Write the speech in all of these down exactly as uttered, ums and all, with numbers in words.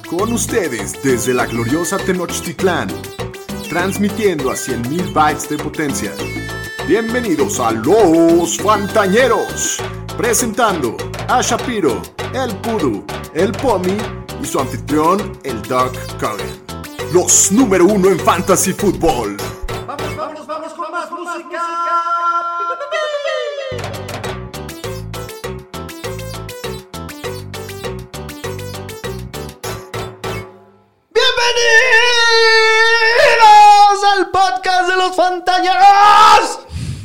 Con ustedes desde la gloriosa Tenochtitlán, transmitiendo a cien mil bytes de potencia. Bienvenidos a Los Fantañeros, presentando a Shapiro, el Pudu, el Pomi y su anfitrión, el Doc Cogan. Los número uno en Fantasy Football. ¡Vamos, vamos, vamos con más música! ¡Bienvenidos al podcast de los Fantañeros!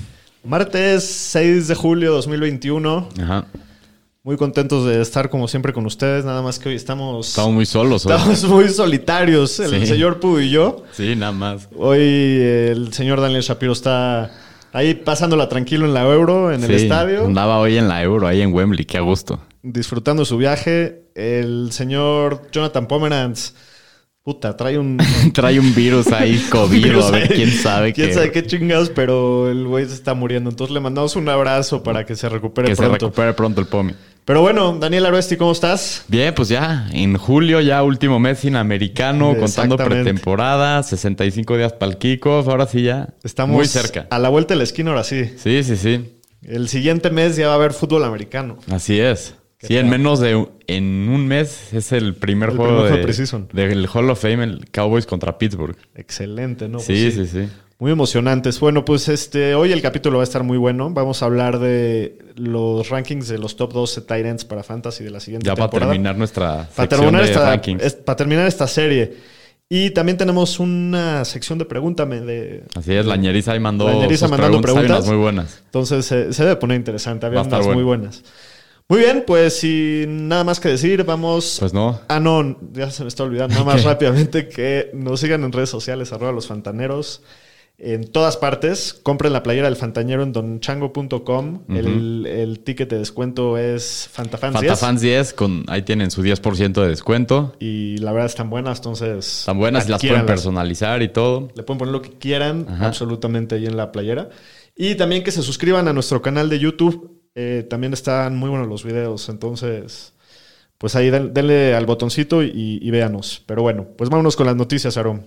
Martes seis de julio de dos mil veintiuno. Ajá. Muy contentos de estar como siempre con ustedes. Nada más que hoy estamos... Estamos muy solos hoy. Estamos muy solitarios, el Sí. señor Pudu y yo. Sí, nada más. Hoy el señor Daniel Shapiro está ahí pasándola tranquilo en la Euro, en el Sí, estadio. andaba hoy en la Euro, ahí en Wembley, qué a gusto. Disfrutando su viaje. El señor Jonathan Pomeranz, puta, trae un... Trae un virus ahí, COVID, virus a ver ahí. quién sabe ¿Quién qué. sabe qué chingados? Pero el güey se está muriendo. Entonces le mandamos un abrazo para que se recupere Que pronto. se recupere pronto el Pomi. Pero bueno, Daniel Aruesti, ¿cómo estás? Bien, pues ya, en julio, ya último mes sin americano, contando Exactamente. pretemporada, sesenta y cinco días para el kickoff, ahora sí ya. Estamos muy cerca. a la vuelta de la esquina ahora sí. Sí, sí, sí. El siguiente mes ya va a haber fútbol americano. Así es. Qué Sí, en padre. menos de en un mes es el primer El juego primer juego de, preseason. del Hall of Fame, el Cowboys contra Pittsburgh. Excelente, ¿no? Sí, Pues sí, sí. Muy emocionantes. Bueno, pues este hoy el capítulo va a estar muy bueno. Vamos a hablar de los rankings de los top doce tight ends para Fantasy de la siguiente Ya para temporada. terminar nuestra Para sección terminar, de esta, rankings. es- para terminar esta serie. Y también tenemos una sección de Pregúntame. De, Así es, la ñeriza ahí mandó La ñeriza sus mandando preguntas, hay unas preguntas. muy buenas. Entonces eh, se debe poner interesante. Había Va a estar unas muy bueno. buenas. Muy bien, pues sin nada más que decir, vamos... Pues no. Ah, no, ya se me está olvidando. Nada más rápidamente que nos sigan en redes sociales, arroba los fantaneros. En todas partes. Compren la playera del Fantañero en donchango punto com. Ujú. el, el ticket de descuento es Fantafans diez. Fantafans diez, con, ahí tienen su diez por ciento de descuento. Y la verdad están buenas, entonces... Están buenas, las pueden adquiéranlas. personalizar y todo. Le pueden poner lo que quieran, Ajá. absolutamente ahí en la playera. Y también que se suscriban a nuestro canal de YouTube. Eh, también están muy buenos los videos. Entonces, pues ahí den- denle al botoncito y, y véanos. Pero bueno, pues vámonos con las noticias, Aarón.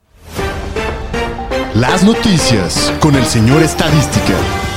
Las noticias con el señor Estadística.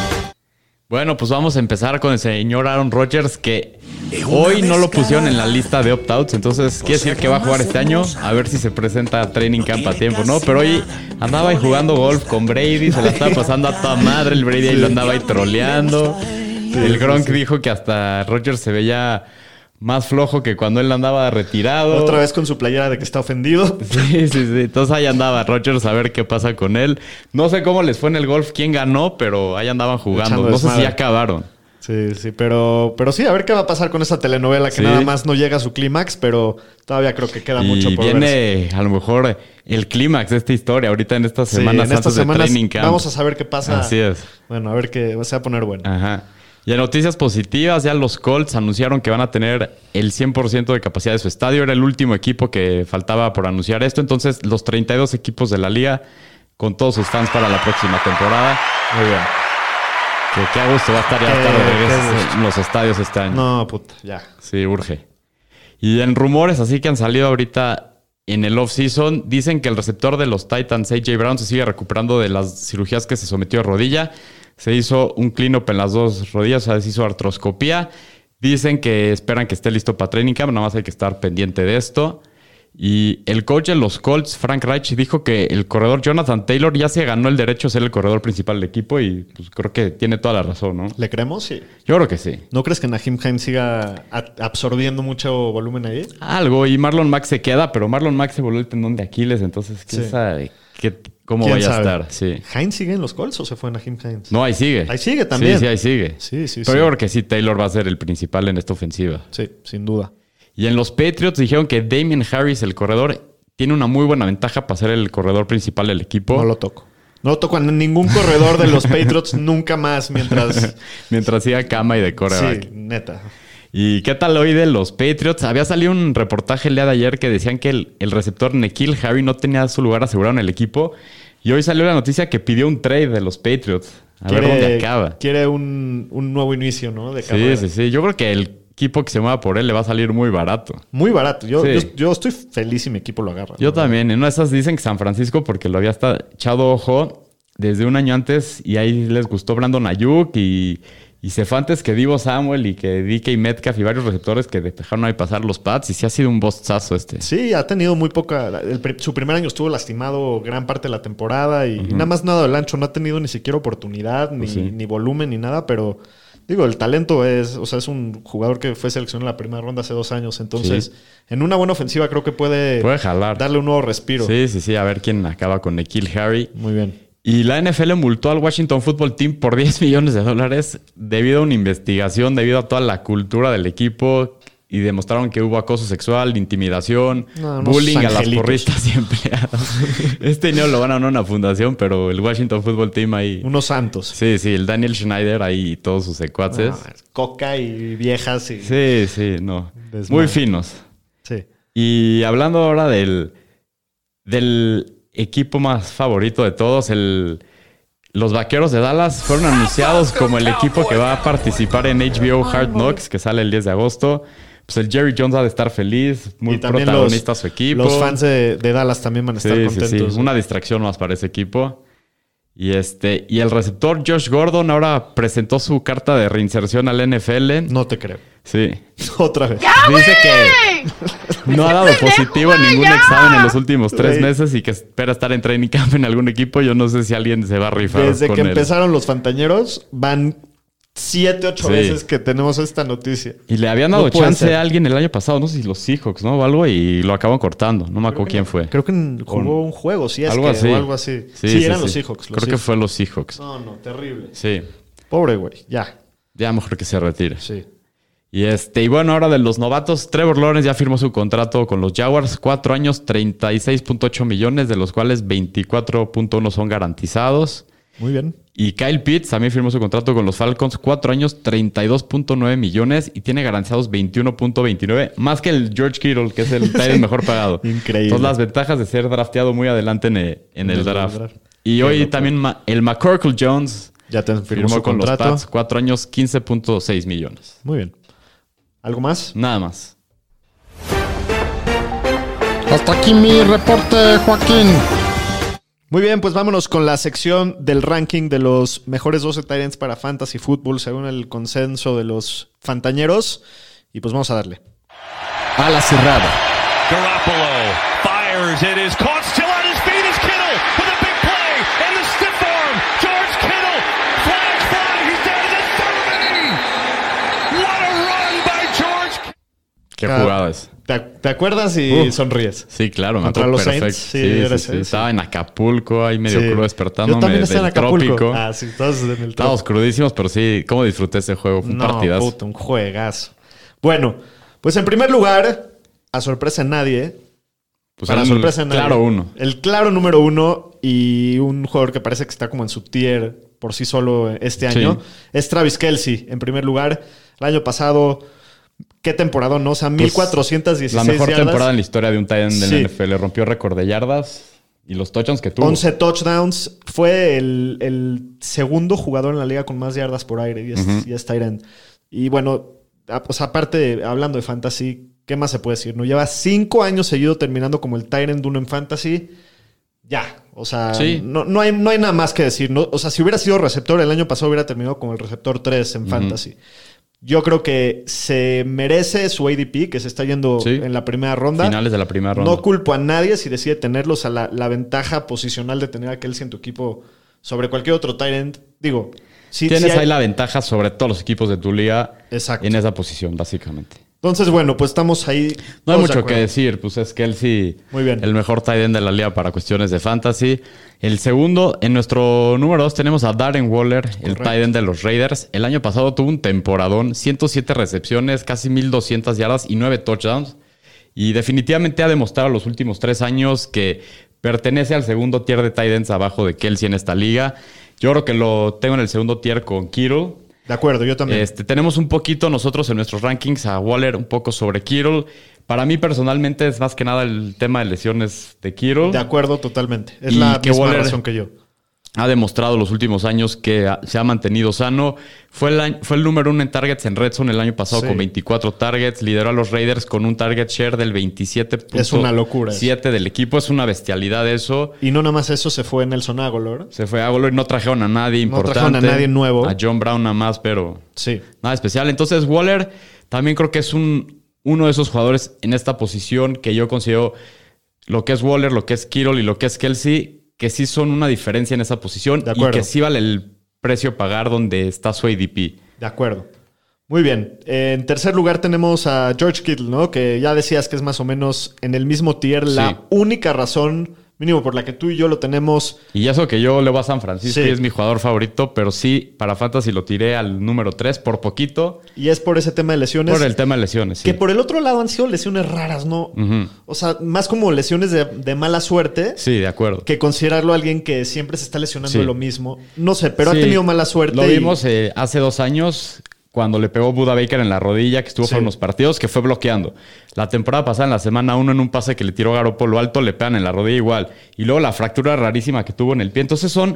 Bueno, pues vamos a empezar con el señor Aaron Rodgers, que hoy no lo pusieron en la lista de opt-outs. Entonces, quiere decir que va a jugar este año. A ver si se presenta a training camp a tiempo, ¿no? Pero hoy andaba ahí jugando golf con Brady. Se la estaba pasando a toda madre. El Brady ahí lo andaba ahí troleando. El Gronk dijo que hasta Rodgers se veía más flojo que cuando él andaba retirado. Otra vez con su playera de que está ofendido. Sí, sí, sí. Entonces ahí andaba Rodgers a ver qué pasa con él. No sé cómo les fue en el golf, quién ganó, pero ahí andaban jugando. Echando No sé si desmadre. ya acabaron. Sí, sí, pero, pero sí, a ver qué va a pasar con esa telenovela que Sí. nada más no llega a su clímax, pero todavía creo que queda Y mucho por verse. viene a lo mejor el clímax de esta historia ahorita en estas Sí, semanas en estas antes de semanas training camp. vamos a saber qué pasa. Así es. Bueno, a ver qué se va a poner bueno. Ajá. Y en noticias positivas, ya los Colts anunciaron que van a tener el cien por ciento de capacidad de su estadio. Era el último equipo que faltaba por anunciar esto. Entonces, los treinta y dos equipos de la liga con todos sus fans para la próxima temporada. Muy bien. Que qué a gusto va a estar ya Qué- hasta de qué regreso gusto. en los estadios este año. No, puta, ya. Sí, urge. Y en rumores así que han salido ahorita en el off-season, dicen que el receptor de los Titans, A J Brown, se sigue recuperando de las cirugías que se sometió de rodilla. Se hizo un clean-up en las dos rodillas, o sea, se hizo artroscopía. Dicen que esperan que esté listo para training camp, nada más hay que estar pendiente de esto. Y el coach de los Colts, Frank Reich, dijo que el corredor Jonathan Taylor ya se ganó el derecho a ser el corredor principal del equipo y pues creo que tiene toda la razón, ¿no? ¿Le creemos? Sí. Yo creo que sí. ¿No crees que Naheem Hines siga a- absorbiendo mucho volumen ahí? Algo, y Marlon Mack se queda, pero Marlon Mack se volvió el tendón de Aquiles, entonces quién Sí. sabe qué, cómo ¿Quién vaya sabe? a estar. Sí. ¿Hines sigue en los Colts o se fue Naheem Hines? No, ahí sigue. Ahí sigue también. Sí, sí, ahí sigue. Sí, sí, Pero sí. yo creo que sí, Taylor va a ser el principal en esta ofensiva. Sí, sin duda. Y en los Patriots dijeron que Damien Harris, el corredor, tiene una muy buena ventaja para ser el corredor principal del equipo. No lo toco. No toco a ningún corredor de los Patriots nunca más mientras... Mientras siga cama y de coreback. Sí, neta. ¿Y qué tal hoy de los Patriots? Había salido un reportaje el día de ayer que decían que el, el receptor N'Keal Harry no tenía su lugar asegurado en el equipo. Y hoy salió la noticia que pidió un trade de los Patriots. A ver dónde acaba. Quiere un, un nuevo inicio, ¿no? De Sí, carrera. sí, sí. Yo creo que el equipo que se mueva por él le va a salir muy barato. Muy barato. Yo, Sí. yo, yo estoy feliz si mi equipo lo agarra. Yo ¿no? también. En una de esas dicen que San Francisco, porque lo había hasta echado ojo desde un año antes y ahí les gustó Brandon Ayuk y, y se fue antes que Divo Samuel y que D K Metcalf y varios receptores que dejaron ahí pasar los Pats y sí ha sido un bostazo este. Sí, ha tenido muy poca... el pri- su primer año estuvo lastimado gran parte de la temporada y, y nada más nada del ancho. No ha tenido ni siquiera oportunidad, ni, Pues sí. ni volumen, ni nada, pero... Digo, el talento es... O sea, es un jugador que fue seleccionado en la primera ronda hace dos años. Entonces, Sí. en una buena ofensiva creo que puede, Puede jalar. darle un nuevo respiro. Sí, sí, sí. A ver quién acaba con N'Keal Harry. Muy bien. Y la N F L multó al Washington Football Team por diez millones de dólares debido a una investigación, debido a toda la cultura del equipo y demostraron que hubo acoso sexual, intimidación, No, unos bullying a las angelitos. porristas y empleados. Este dinero lo van a dar a una fundación, pero el Washington Football Team ahí... Unos santos. Sí, sí, el Daniel Schneider ahí y todos sus secuaces. No, coca y viejas y... Sí, sí, no. Desmadre. Muy finos. Sí. Y hablando ahora del, del equipo más favorito de todos, el, los Vaqueros de Dallas fueron anunciados como el equipo que va a participar en H B O Hard Knocks, que sale el diez de agosto. Pues el Jerry Jones ha de estar feliz, muy Y también protagonista los, su equipo. Los fans de, de Dallas también van a estar Sí, sí, contentos. sí. Una distracción más para ese equipo. Y este y el receptor Josh Gordon ahora presentó su carta de reinserción al N F L. No te creo. Sí. Otra vez. Dice que no ha dado positivo en ningún examen en los últimos tres Güey. meses y que espera estar en training camp en algún equipo. Yo no sé si alguien se va a rifar Desde con que él. empezaron los Fantañeros, van siete, ocho Sí. veces que tenemos esta noticia. Y le habían dado No puede chance ser. a alguien el año pasado, no sé si los Seahawks, ¿no? O algo, y lo acaban cortando. No me acuerdo quién fue. Creo que en- jugó un juego, sí, es algo que, así. o algo así. Sí, Sí, sí, eran sí. los Seahawks. Los Creo que Seahawks. fue los Seahawks. No, no, terrible. Sí. Pobre güey, ya. Ya mejor que se retire. Sí. Y este, y bueno, ahora de los novatos, Trevor Lawrence ya firmó su contrato con los Jaguars, cuatro años, treinta y seis punto ocho millones, de los cuales veinticuatro punto uno son garantizados. Muy bien. Y Kyle Pitts también firmó su contrato con los Falcons, cuatro años, treinta y dos punto nueve millones y tiene garantizados veintiuno punto veintinueve, más que el George Kittle, que es el tight end mejor pagado. Increíble. Entonces las ventajas de ser drafteado muy adelante en el, en el el draft. draft. Y Qué hoy loco. también ma- el McCorkle Jones Ya te firmó, firmó su con contrato. los Pats, cuatro años, quince punto seis millones. Muy bien. ¿Algo más? Nada más. Hasta aquí mi reporte, Joaquín. Muy bien, pues vámonos con la sección del ranking de los mejores doce tight ends para Fantasy Football según el consenso de los fantañeros. Y pues vamos a darle. A la cerrada. Garoppolo fires. It is caught still on his feet. Is Kittle with a big play and the stiff arm. George Kittle. Flag fly. He's down to the thirty. What a run by George. Qué Ah, jugada es. ¿Te, te acuerdas y Uh. sonríes? Sí, claro, me ¿Contra acuerdo los perfecto. Saints? Sí, eres ese. Estaba en Acapulco, ahí medio Sí. crudo despertándome Yo también estaba en del Acapulco. trópico. Ah, sí, todos en el trópico. Estábamos crudísimos, pero sí, cómo disfruté ese juego. Fue un No, partidazo. puta, un juegazo. Bueno, pues en primer lugar, a sorpresa de nadie, Pues para el sorpresa de nadie, claro uno. el claro número uno y un jugador que parece que está como en su tier por sí solo este Sí. año, es Travis Kelce. En primer lugar, el año pasado, qué temporada, ¿no? O sea, Pues, mil cuatrocientos dieciséis La mejor yardas, temporada en la historia de un tight end del Sí. N F L. Rompió récord de yardas y los touchdowns que tuvo. once touchdowns. Fue el, el segundo jugador en la liga con más yardas por aire y es, Ujú. y es tight end. Y bueno, a- o sea, aparte, hablando de fantasy, ¿qué más se puede decir? ¿No? Lleva cinco años seguido terminando como el tight end uno en fantasy. Ya, o sea, Sí. no, no, hay, no hay nada más que decir. ¿No? O sea, si hubiera sido receptor, el año pasado hubiera terminado como el receptor tres en fantasy. Yo creo que se merece su A D P, que se está yendo Sí. en la primera ronda. Finales de la primera ronda. No culpo a nadie si decide tenerlos, a la, la ventaja posicional de tener a Kelce en tu equipo sobre cualquier otro tight end. Digo, sí, Tienes sí hay- ahí la ventaja sobre todos los equipos de tu liga Exacto. en esa posición, básicamente. Entonces, bueno, pues estamos ahí. No hay todos de mucho que acuerdo. decir. Pues es Kelce, Muy bien. el mejor tight end de la liga para cuestiones de fantasy. El segundo, en nuestro número dos tenemos a Darren Waller, el Correcto. tight end de los Raiders. El año pasado tuvo un temporadón, ciento siete recepciones, casi mil doscientas yardas y nueve touchdowns. Y definitivamente ha demostrado los últimos tres años que pertenece al segundo tier de tight ends abajo de Kelce en esta liga. Yo creo que lo tengo en el segundo tier con Kittle. De acuerdo, yo también. Este, tenemos un poquito nosotros en nuestros rankings a Waller un poco sobre Kittle. Para mí personalmente es más que nada el tema de lesiones de Kittle. De acuerdo, totalmente. Es Y la que misma Waller- razón que yo. ha demostrado los últimos años que ha, se ha mantenido sano. Fue el, año, fue el número uno en targets en Red Zone el año pasado, sí, con veinticuatro targets. Lideró a los Raiders con un target share del veintisiete punto siete. Es una locura. siete del equipo. Es una bestialidad eso. Y no nada más eso, se fue Nelson Agholor. Se fue Agholor y no trajeron a nadie importante. No trajeron a nadie nuevo. A John Brown nada más, pero sí, nada especial. Entonces Waller también creo que es un, uno de esos jugadores en esta posición que yo considero lo que es Waller, lo que es Kittle y lo que es Kelsey, que sí son una diferencia en esa posición y que sí vale el precio pagar donde está su A D P. De acuerdo. Muy bien. En tercer lugar tenemos a George Kittle, ¿no? Que ya decías que es más o menos en el mismo tier. Sí. La única razón, mínimo por la que tú y yo lo tenemos... Y eso que yo le voy a San Francisco sí. y es mi jugador favorito, pero sí, para Fantasy lo tiré al número tres por poquito. Y es por ese tema de lesiones. Por el tema de lesiones, sí. Que por el otro lado han sido lesiones raras, ¿no? Uh-huh. O sea, más como lesiones de, de mala suerte. Sí, de acuerdo. Que considerarlo alguien que siempre se está lesionando sí. de lo mismo. No sé, pero sí. ha tenido mala suerte. Lo y... vimos eh, hace dos años... cuando le pegó Buda Baker en la rodilla, que estuvo sí. por unos partidos, que fue bloqueando. La temporada pasada, en la semana uno, en un pase que le tiró Garoppolo alto, le pegan en la rodilla igual. Y luego la fractura rarísima que tuvo en el pie. Entonces son,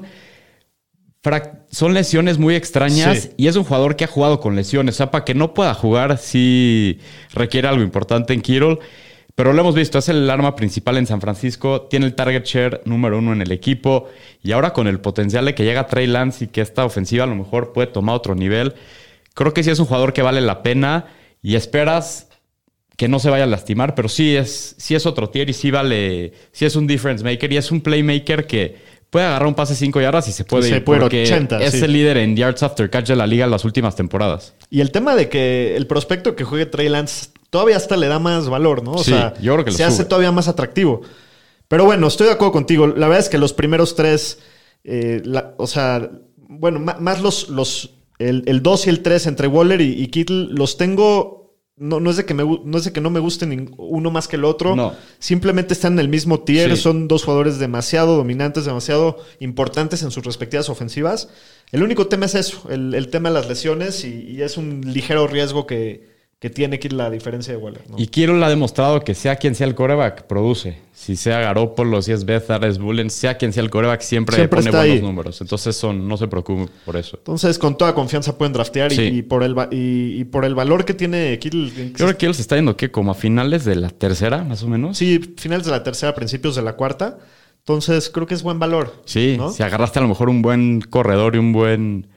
frac- son lesiones muy extrañas sí. y es un jugador que ha jugado con lesiones. O sea, para que no pueda jugar, sí requiere algo importante en Kittle. Pero lo hemos visto, es el arma principal en San Francisco. Tiene el target share número uno en el equipo. Y ahora con el potencial de que llega Trey Lance y que esta ofensiva a lo mejor puede tomar otro nivel... Creo que sí es un jugador que vale la pena y esperas que no se vaya a lastimar, pero sí es, sí es otro tier y sí vale, sí es un difference maker y es un playmaker que puede agarrar un pase cinco yardas y se puede se ir puede porque ochenta, es sí. el líder en yards after catch de la liga en las últimas temporadas. Y el tema de que el prospecto que juegue Trey Lance todavía hasta le da más valor, ¿no? O sí, sea, yo creo que se lo hace sube. todavía más atractivo. Pero bueno, estoy de acuerdo contigo. La verdad es que los primeros tres, eh, la, o sea, bueno, más, más los... los El, el dos y el tres entre Waller y, y Kittle los tengo... No, no, es de que me, no es de que no me gusten uno más que el otro. No. Simplemente están en el mismo tier. Sí. Son dos jugadores demasiado dominantes, demasiado importantes en sus respectivas ofensivas. El único tema es eso, el, el tema de las lesiones y, y es un ligero riesgo que, que tiene Kittle la diferencia de Waller, ¿no? Y Kittle ha demostrado que sea quien sea el quarterback, produce. Si sea Garoppolo, si es Beathard, es Bullen, sea quien sea el quarterback, siempre, siempre pone buenos ahí. números. Entonces son, no se preocupen por eso. Entonces con toda confianza pueden draftear sí. y, y, por el, y, y por el valor que tiene Kittle. Yo creo que Kittle se está yendo, ¿qué? Como a finales de la tercera, más o menos. Sí, finales de la tercera, principios de la cuarta. Entonces creo que es buen valor. Sí, ¿no? Si agarraste a lo mejor un buen corredor y un buen...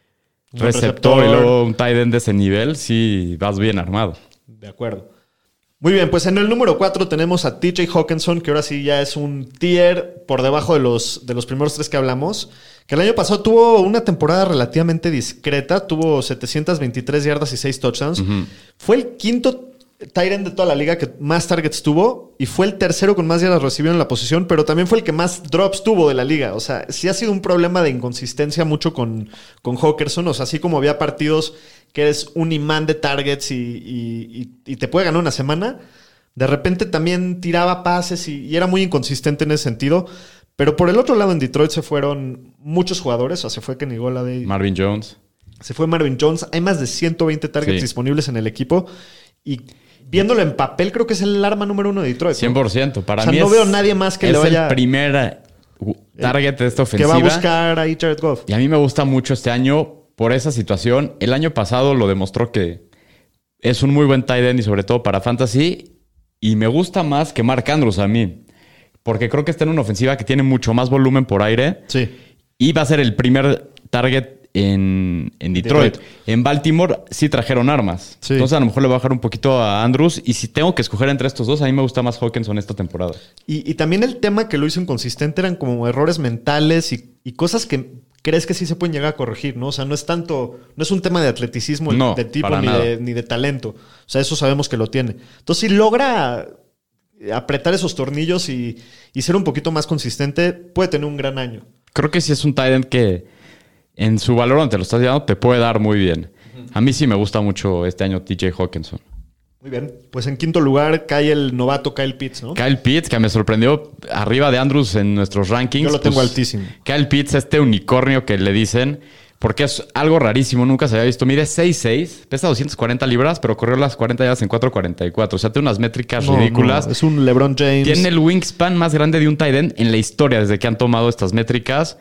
Un receptor, receptor y luego un tight end de ese nivel, sí vas bien armado. De acuerdo. Muy bien, pues en el número cuatro tenemos a T J Hawkinson, que ahora sí ya es un tier por debajo de los, de los primeros tres que hablamos, que el año pasado tuvo una temporada relativamente discreta, tuvo setecientas veintitrés yardas y seis touchdowns. Uh-huh. Fue el quinto tight end de toda la liga que más targets tuvo y fue el tercero con más yardas recibido en la posición, pero también fue el que más drops tuvo de la liga. O sea, sí ha sido un problema de inconsistencia mucho con, con Hawkinson. O sea, así como había partidos que eres un imán de targets y, y, y, y te puede ganar una semana, de repente también tiraba pases y, y era muy inconsistente en ese sentido. Pero por el otro lado, en Detroit se fueron muchos jugadores. O sea, se fue Kenny Golladay. Marvin Jones. Se fue Marvin Jones. Hay más de ciento veinte targets sí. disponibles en el equipo. Y viéndolo en papel, creo que es el arma número uno de Detroit, ¿no? cien por ciento. Para o sea, mí no es, veo nadie más que es le vaya... el primer target de esta ofensiva. Que va a buscar ahí Jared Goff. Y a mí me gusta mucho este año por esa situación. El año pasado lo demostró que es un muy buen tight end y sobre todo para fantasy. Y me gusta más que Mark Andrews a mí. Porque creo que está en una ofensiva que tiene mucho más volumen por aire. Sí. Y va a ser el primer target en, en Detroit. Detroit. En Baltimore sí trajeron armas. Sí. Entonces a lo mejor le voy a bajar un poquito a Andrews. Y si tengo que escoger entre estos dos, a mí me gusta más Hawkinson esta temporada. Y, y también el tema que lo hizo inconsistente eran como errores mentales y, y cosas que crees que sí se pueden llegar a corregir, ¿no? O sea, no es tanto, no es un tema de atleticismo no, de tipo ni de, ni de talento. O sea, eso sabemos que lo tiene. Entonces, si logra apretar esos tornillos y, y ser un poquito más consistente, puede tener un gran año. Creo que sí es un tight end que en su valor donde te lo estás llevando te puede dar muy bien. Uh-huh. A mí sí me gusta mucho este año T J Hawkinson. Muy bien. Pues en quinto lugar cae el novato Kyle Pitts, ¿no? Kyle Pitts, que me sorprendió arriba de Andrews en nuestros rankings. Yo lo tengo pues, altísimo. Kyle Pitts, este unicornio que le dicen, porque es algo rarísimo, nunca se había visto. Mide seis seis, pesa doscientas cuarenta libras, pero corrió las cuarenta yardas en cuatro cuarenta y cuatro. O sea, tiene unas métricas no, ridículas. No, es un LeBron James. Tiene el wingspan más grande de un tight end en la historia desde que han tomado estas métricas.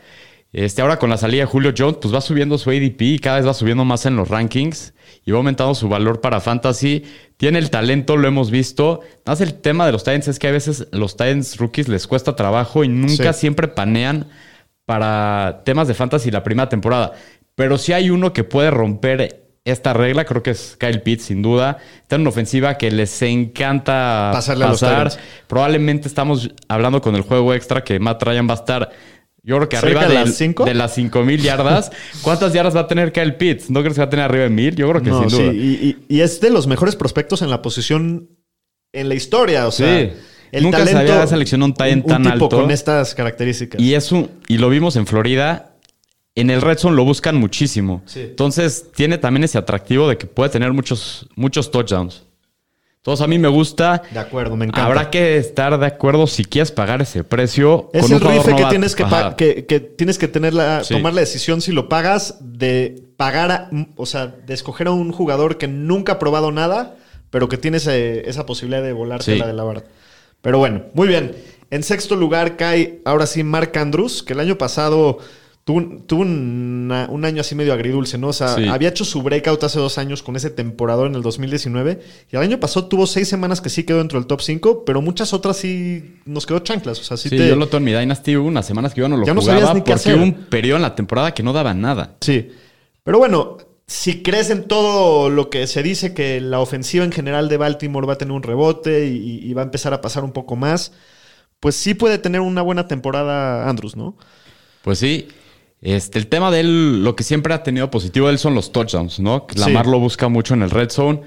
Este, ahora con la salida de Julio Jones, pues va subiendo su A D P y cada vez va subiendo más en los rankings y va aumentando su valor para fantasy. Tiene el talento, lo hemos visto. Más el tema de los Titans es que a veces los Titans rookies les cuesta trabajo y nunca Sí. siempre panean para temas de fantasy la primera temporada. Pero si hay uno que puede romper esta regla, creo que es Kyle Pitts, sin duda. Está en una ofensiva que les encanta Pasarle a los pasar. Titans. Probablemente estamos hablando con el juego extra que Matt Ryan va a estar, yo creo que ¿Cerca arriba de de las cinco? de las cinco mil yardas. ¿Cuántas yardas va a tener Kyle Pitts? ¿No crees que va a tener arriba de mil? Yo creo que No, sin sí, duda. y, y- y es de los mejores prospectos en la posición en la historia. O sea, Sí. Nunca se había seleccionado un tight end un tan tipo alto. con estas características. Y es un, y lo vimos en Florida. En el Red Zone lo buscan muchísimo. Sí. Entonces, tiene también ese atractivo de que puede tener muchos, muchos touchdowns. Entonces, a mí me gusta. De acuerdo, me encanta. Habrá que estar de acuerdo si quieres pagar ese precio. Es con el un jugador rifle que novato. tienes que, pa- Ajá. que, que tienes que tener la, Sí. tomar la decisión si lo pagas de pagar, a- o sea, de escoger a un jugador que nunca ha probado nada, pero que tienes eh, esa posibilidad de volarte Sí. la de la barda. Pero bueno, muy bien. En sexto lugar cae ahora sí Mark Andrews, que el año pasado tuvo, un- tuvo una- un año así medio agridulce, ¿no? O sea, Sí. había hecho su breakout hace dos años con ese temporador en el dos mil diecinueve y el año pasado tuvo seis semanas que sí quedó dentro del top cinco, pero muchas otras sí nos quedó chanclas. O sea, sí, Sí, te... yo lo tengo en mi Dynasty. Hubo unas semanas que yo no lo Ya no jugaba sabías ni qué porque hacer. hubo un periodo en la temporada que no daba nada. Sí. Pero bueno, si crees en todo lo que se dice que la ofensiva en general de Baltimore va a tener un rebote y, y va a empezar a pasar un poco más, pues sí puede tener una buena temporada Andrews, ¿no? Pues sí. Este, el tema de él, lo que siempre ha tenido positivo de él son los touchdowns, ¿no? Que Lamar Sí. lo busca mucho en el red zone.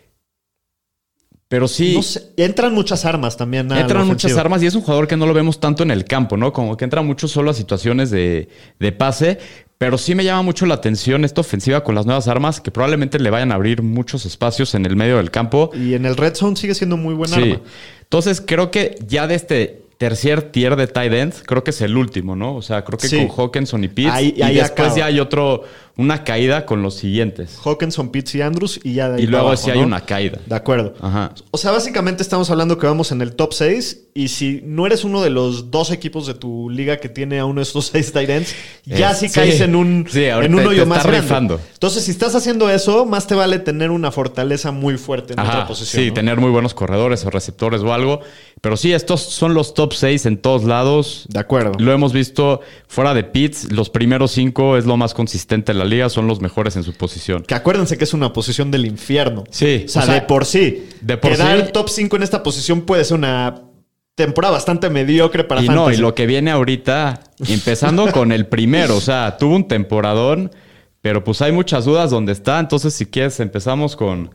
Pero sí, No sé, entran muchas armas también. a la entran muchas ofensiva. armas y es un jugador que no lo vemos tanto en el campo, ¿no? Como que entra mucho solo a situaciones de, de pase. Pero sí me llama mucho la atención esta ofensiva con las nuevas armas que probablemente le vayan a abrir muchos espacios en el medio del campo. Y en el red zone sigue siendo muy buen Sí. arma. Entonces creo que ya de este tercer tier de tight ends, creo que es el último, ¿no? O sea, creo que Sí. con Hawkinson y Pitts. Ahí- y ahí después acaba. ya hay otro, una caída con los siguientes. Hawkinson, Pitts y Andrews y ya de ahí Y luego para sí abajo, hay ¿no? una caída. De acuerdo. Ajá. O sea, básicamente estamos hablando que vamos en el top seis y si no eres uno de los dos equipos de tu liga que tiene a uno de estos seis tight ends, ya Eh, sí sí. caes en un, Sí, ahorita en un te hoyo está más grande. rifando. Entonces, si estás haciendo eso, más te vale tener una fortaleza muy fuerte en Ajá, otra posición. sí, ¿no? tener muy buenos corredores o receptores o algo. Pero sí, estos son los top seis en todos lados. De acuerdo. Lo hemos visto fuera de Pitts. Los primeros cinco es lo más consistente en la liga. Son los mejores en su posición. Que acuérdense que es una posición del infierno. Sí, O sea, o sea, de por sí. de por Quedar sí- top cinco en esta posición puede ser una temporada bastante mediocre para Y fantasy. no, y lo que viene ahorita, empezando con el primero. O sea, tuvo un temporadón, pero pues hay muchas dudas dónde está. Entonces, si quieres, empezamos con,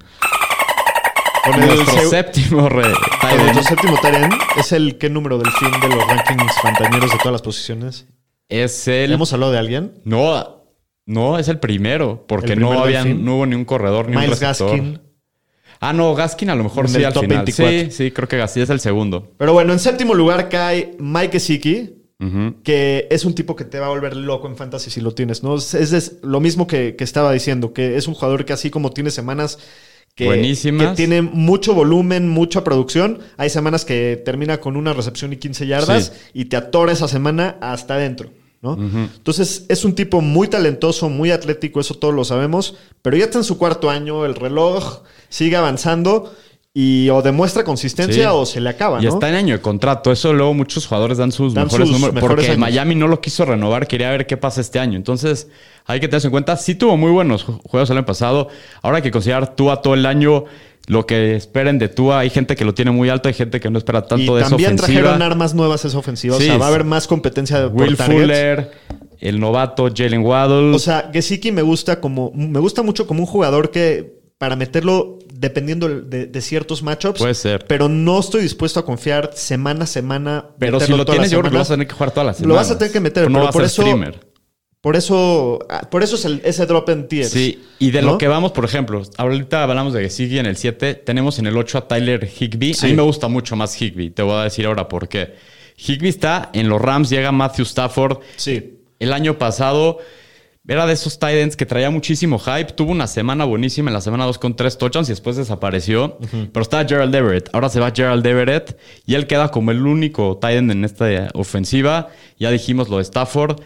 Con el nuestro seu- séptimo re- tight con end. nuestro séptimo tight end es el qué número del fin de los rankings fantañeros de todas las posiciones. Es el... ¿Hemos hablado de alguien? No, no, es el primero. Porque ¿El no, primer habían, delfín? no hubo ni un corredor ni Miles un receptor. Gaskin. Ah, no, Gaskin a lo mejor En sí el al top final. veinticuatro. Sí, sí, creo que Gaskin es el segundo. Pero bueno, en séptimo lugar cae Mike Gesicki, Ujú. que es un tipo que te va a volver loco en fantasy si lo tienes, ¿no? Es, es lo mismo que, que estaba diciendo, que es un jugador que así como tiene semanas que, Buenísimas. que tiene mucho volumen, mucha producción, hay semanas que termina con una recepción y quince yardas Sí. y te atora esa semana hasta adentro, ¿no? Entonces es un tipo muy talentoso, muy atlético, eso todos lo sabemos, pero ya está en su cuarto año, el reloj sigue avanzando y o demuestra consistencia Sí. o se le acaba, Y ¿no? está en año de contrato. Eso luego muchos jugadores dan sus Dan mejores sus números. mejores Porque años. Miami no lo quiso renovar. Quería ver qué pasa este año. Entonces, hay que tener eso en cuenta. Sí tuvo muy buenos ju- juegos el año pasado. Ahora hay que considerar Tua todo el año. Lo que esperen de Tua. Hay gente que lo tiene muy alto. Hay gente que no espera tanto Y de esa también ofensiva. trajeron armas nuevas a esa ofensiva. Sí, o sea, va a sí. haber más competencia por Will targets. Fuller, el novato Jalen Waddle. O sea, Gesicki me gusta como me gusta mucho como un jugador que para meterlo dependiendo de, de ciertos matchups. Puede ser. Pero no estoy dispuesto a confiar semana a semana. pero si meterlo lo todas tienes, las yo creo que lo vas a semanas. tener que jugar todas las Lo semanas. vas a tener que meter, no pero va a por ser eso- streamer. Por eso, ah, por eso es el- ese drop en tiers. Sí, y de ¿no? lo que vamos, por ejemplo, ahorita hablamos de Gesicki en el siete, tenemos en el ocho a Tyler Higbee. Sí. A mí me gusta mucho más Higbee, te voy a decir ahora por qué. Higbee está en los Rams, llega Matthew Stafford. Sí. El año pasado era de esos tight ends que traía muchísimo hype. Tuvo una semana buenísima en la semana dos con tres touchdowns y después desapareció. Pero está Gerald Everett. Ahora se va Gerald Everett y él queda como el único tight end en esta ofensiva. Ya dijimos lo de Stafford.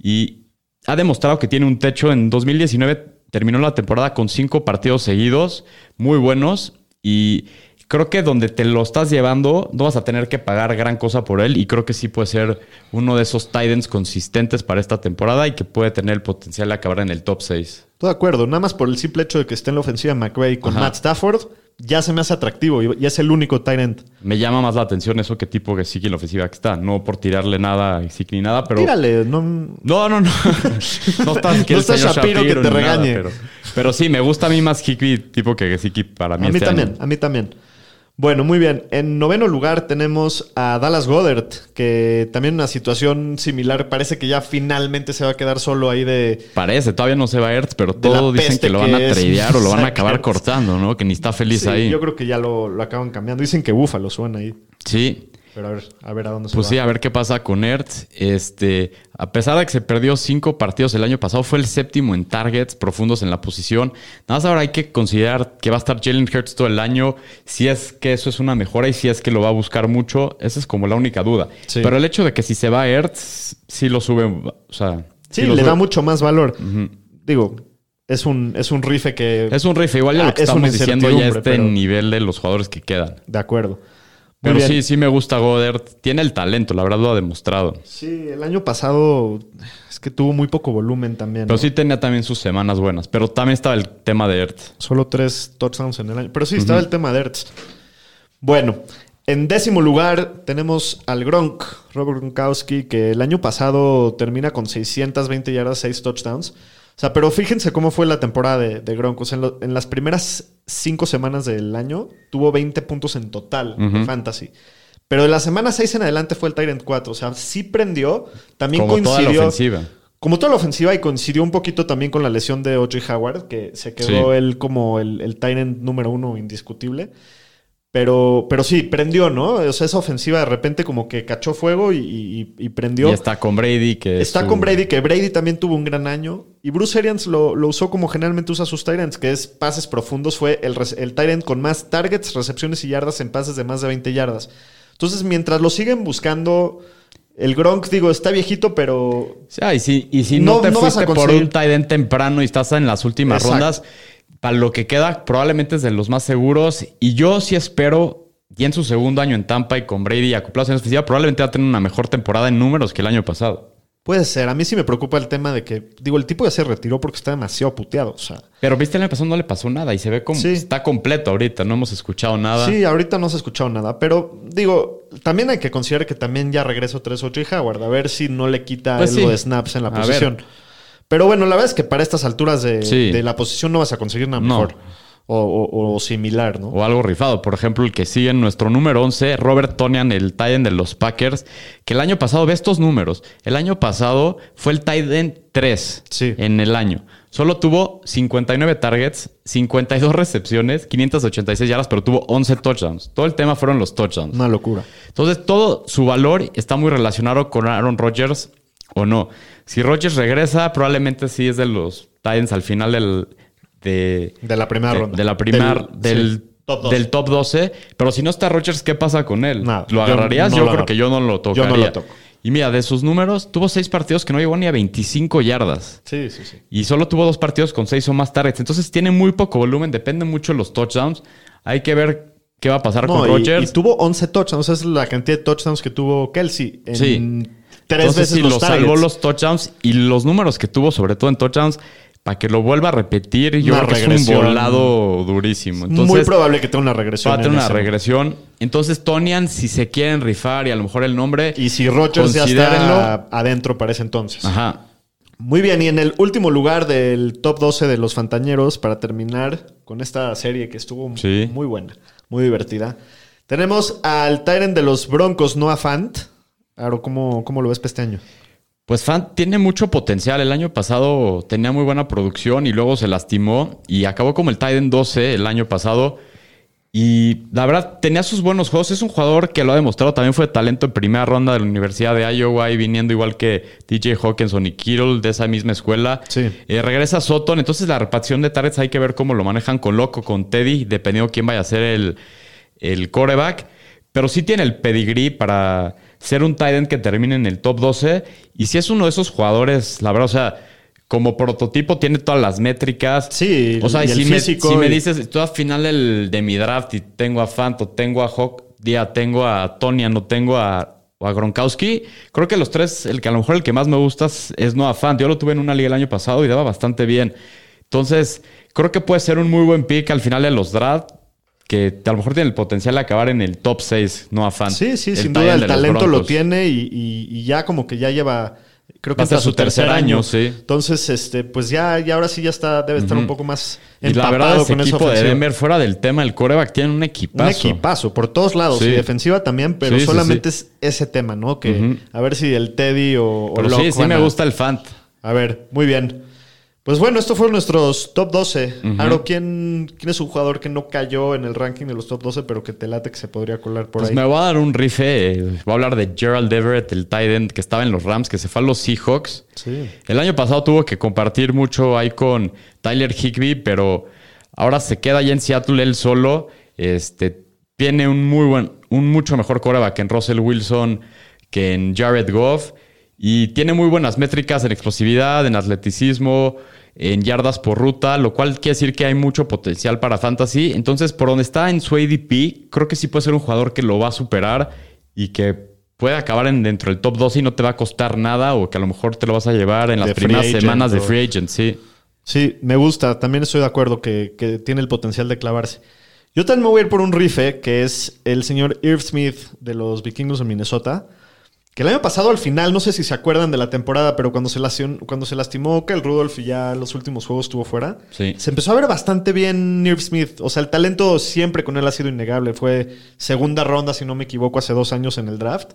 y ha demostrado que tiene un techo. En dos mil diecinueve terminó la temporada con cinco partidos seguidos, muy buenos, y creo que donde te lo estás llevando no vas a tener que pagar gran cosa por él, y creo que sí puede ser uno de esos tight ends consistentes para esta temporada y que puede tener el potencial de acabar en el top seis. Estoy de acuerdo, nada más por el simple hecho de que esté en la ofensiva McVay con Ajá. Matt Stafford, ya se me hace atractivo y ya es el único tight end. Me llama más la atención eso que tipo que Gesicki en la ofensiva que está. No por tirarle nada a Gesicki ni nada, pero... Tírale, no... No, no, no. No está, que No el está señor Shapiro que te ni nada, regañe. pero, pero sí, me gusta a mí más Higby tipo que Gesicki para mí A mí este también, año. a mí también. Bueno, muy bien. En noveno lugar tenemos a Dallas Goedert, que también una situación similar. Parece que ya finalmente se va a quedar solo ahí de... Parece, todavía no se va Ertz, pero De la todos dicen peste que lo van que a es tradear o lo van a Zach acabar Ertz. cortando, ¿no? Que ni está feliz Sí, ahí. yo creo que ya lo, lo acaban cambiando. Dicen que Búfalo suena ahí. Sí. Pero a ver, a ver a dónde se Pues va. sí, a ver qué pasa con Ertz. Este, a pesar de que se perdió cinco partidos el año pasado, fue el séptimo en targets profundos en la posición. Nada más ahora hay que considerar que va a estar Jalen Hurts todo el año. Si es que eso es una mejora y si es que lo va a buscar mucho, esa es como la única duda. Sí. Pero el hecho de que si se va Ertz, sí lo sube. O sea, Sí, lo le sube. da mucho más valor. Digo, es un, es un rife que... Es un riff. Igual ya Ah, lo que es estamos una diciendo ya incertidumbre, este pero- nivel de los jugadores que quedan. De acuerdo. Muy Pero bien. sí, sí me gusta Goddard. Tiene el talento, la verdad lo ha demostrado. Sí, el año pasado es que tuvo muy poco volumen también. Pero ¿no? sí tenía también sus semanas buenas. Pero también estaba el tema de Ertz. Solo tres touchdowns en el año. Pero sí, estaba el tema de Ertz. Bueno, en décimo lugar tenemos al Gronk, Robert Gronkowski, que el año pasado termina con seiscientas veinte yardas, seis touchdowns. O sea, pero fíjense cómo fue la temporada de, de Gronk. O sea, en, lo- en las primeras cinco semanas del año tuvo veinte puntos en total de Ujú. fantasy. Pero de la semana seis en adelante fue el Tyrant cuatro. O sea, sí prendió. También Como toda coincidió... la ofensiva. Como toda la ofensiva, y coincidió un poquito también con la lesión de O J Howard, que se quedó Sí. él como el, el tight end número uno indiscutible. Pero, pero sí, prendió, ¿no? O sea, esa ofensiva de repente como que cachó fuego y, y- y prendió. Y está con Brady, que es Está su- con Brady, que Brady también tuvo un gran año. Y Bruce Arians lo, lo usó como generalmente usa sus tight ends, que es pases profundos. Fue el, res- el tight end con más targets, recepciones y yardas en pases de más de veinte yardas. Entonces, mientras lo siguen buscando, el Gronk, digo, está viejito, pero... Sí, y si, y si no, No- te no vas a fuiste por conseguir. un tight end temprano y estás en las últimas Exacto. rondas, para lo que queda probablemente es de los más seguros. Y yo sí espero, y en su segundo año en Tampa y con Brady acoplados en la ofensiva, probablemente va a tener una mejor temporada en números que el año pasado. Puede ser. A mí sí me preocupa el tema de que, digo, el tipo ya se retiró porque está demasiado puteado. O sea, Pero viste, el año pasado no le pasó nada y se ve como Sí. está completo ahorita. No hemos escuchado nada. sí, ahorita no se ha escuchado nada. Pero, digo, también hay que considerar que también ya regresó otra vez O J Howard. A ver si no le quita Pues algo sí. de snaps en la A posición. ver. Pero bueno, la verdad es que para estas alturas de, Sí. de la posición no vas a conseguir nada No. mejor. O, o- o similar, ¿no? O algo rifado. Por ejemplo, el que sigue en nuestro número once, Robert Tonyan, el tight end de los Packers, que el año pasado, ve estos números, el año pasado fue el tight end tres Sí. en el año. Solo tuvo cincuenta y nueve targets, cincuenta y dos recepciones, quinientas ochenta y seis yardas, pero tuvo once touchdowns. Todo el tema fueron los touchdowns. Una locura. Entonces, todo su valor está muy relacionado con Aaron Rodgers o no. Si Rodgers regresa, probablemente sí es de los tight ends al final del... De, De la primera de, ronda. de la primera del, sí, top doce. del top doce. Pero si no está Rodgers, ¿qué pasa con él? Nada, ¿Lo yo agarrarías? no Yo, lo creo agarro. que yo no lo tocaría. Yo no lo toco. Y mira, de sus números, tuvo seis partidos que no llegó ni a veinticinco yardas. Sí, sí, sí. Y solo tuvo dos partidos con seis o más targets. Entonces tiene muy poco volumen, depende mucho de los touchdowns. Hay que ver qué va a pasar No, con y, Rodgers. y tuvo once touchdowns. Esa es la cantidad de touchdowns que tuvo Kelsey. En Sí. tres Entonces, veces si los lo targets. salvó los touchdowns y los números que tuvo, sobre todo en touchdowns, para que lo vuelva a repetir, yo Una creo que es regresión. un volado durísimo. Entonces, Muy probable que tenga una regresión. va a tener en una ese. regresión. Entonces, Tonyan, si se quieren rifar y a lo mejor el nombre. Y si Rodgers ya considérenlo. está adentro para ese entonces. Ajá. Muy bien, y en el último lugar del top doce de los Fantañeros, para terminar con esta serie que estuvo Sí. muy buena, muy divertida, tenemos al Tyrant de los Broncos, Noah Fant. Aro, ¿cómo, cómo lo ves para este año? Pues Fant tiene mucho potencial. El año pasado tenía muy buena producción y luego se lastimó y acabó como el Titan doce el año pasado. Y la verdad, tenía sus buenos juegos. Es un jugador que lo ha demostrado. También fue talento en primera ronda de la Universidad de Iowa y viniendo igual que T J Hawkinson y Kittle de esa misma escuela. Sí. Eh, regresa a Sutton. Entonces la repartición de targets hay que ver cómo lo manejan con Loco, con Teddy, dependiendo quién vaya a ser el, el quarterback. pero sí tiene el pedigrí para ser un tight end que termine en el top doce. Y si es uno de esos jugadores, la verdad, o sea, como prototipo tiene todas las métricas. Sí, o sea, y y el si, físico me, si y- me dices, tú al final el, de mi draft y tengo a Fant, o tengo a Hawk, día tengo a Tonian, no tengo a, o a Gronkowski, creo que los tres, el que a lo mejor el que más me gusta es, es Noah Fant. Yo lo tuve en una liga el año pasado y daba bastante bien. Entonces, creo que puede ser un muy buen pick al final de los draft, que a lo mejor tiene el potencial de acabar en el top seis, Noah Fant. Sí, sí, el sin tight duda end el de los talento lo Broncos. tiene y, y- y ya como que ya lleva, creo que Va a ser entra su tercer año, sí. Entonces, este, pues ya, ya ahora sí ya está, debe estar un poco más Y empapado la verdad, ese con esa equipo de ofensiva. Denver, fuera del tema del quarterback, tienen un equipazo. Un equipazo por todos lados Sí. y defensiva también, pero Sí, sí, solamente es ese tema, ¿no? Que Ujú. a ver si el Teddy o, o Pero Locke sí, sí van me a- gusta el Fant. A ver, muy bien. Pues bueno, estos fueron nuestros top doce. Aro, ¿quién, ¿quién es un jugador que no cayó en el ranking de los top doce, pero que te late que se podría colar por Pues ahí? me voy a dar un rife. eh, Voy a hablar de Gerald Everett, el tight end que estaba en los Rams, que se fue a los Seahawks. Sí. El año pasado tuvo que compartir mucho ahí con Tyler Higbee, pero ahora se queda ya en Seattle él solo. Este, tiene un muy buen, un mucho mejor quarterback en Russell Wilson que en Jared Goff. Y tiene muy buenas métricas en explosividad, en atleticismo, en yardas por ruta, lo cual quiere decir que hay mucho potencial para fantasy. Entonces, por donde está en su A D P, creo que sí puede ser un jugador que lo va a superar y que puede acabar en, dentro del top doce y no te va a costar nada, o que a lo mejor te lo vas a llevar en las De free primeras agent, semanas de o- free agent, sí. Sí, me gusta. También estoy de acuerdo que, que tiene el potencial de clavarse. Yo también me voy a ir por un rife, que es el señor Irv Smith de los Vikingos de Minnesota. Que el año pasado al final, no sé si se acuerdan de la temporada, pero cuando se, lastion- cuando se lastimó que el Rudolph y ya los últimos juegos estuvo fuera, Sí. se empezó a ver bastante bien Irv Smith. O sea, el talento siempre con él ha sido innegable. Fue segunda ronda, si no me equivoco, hace dos años en el draft.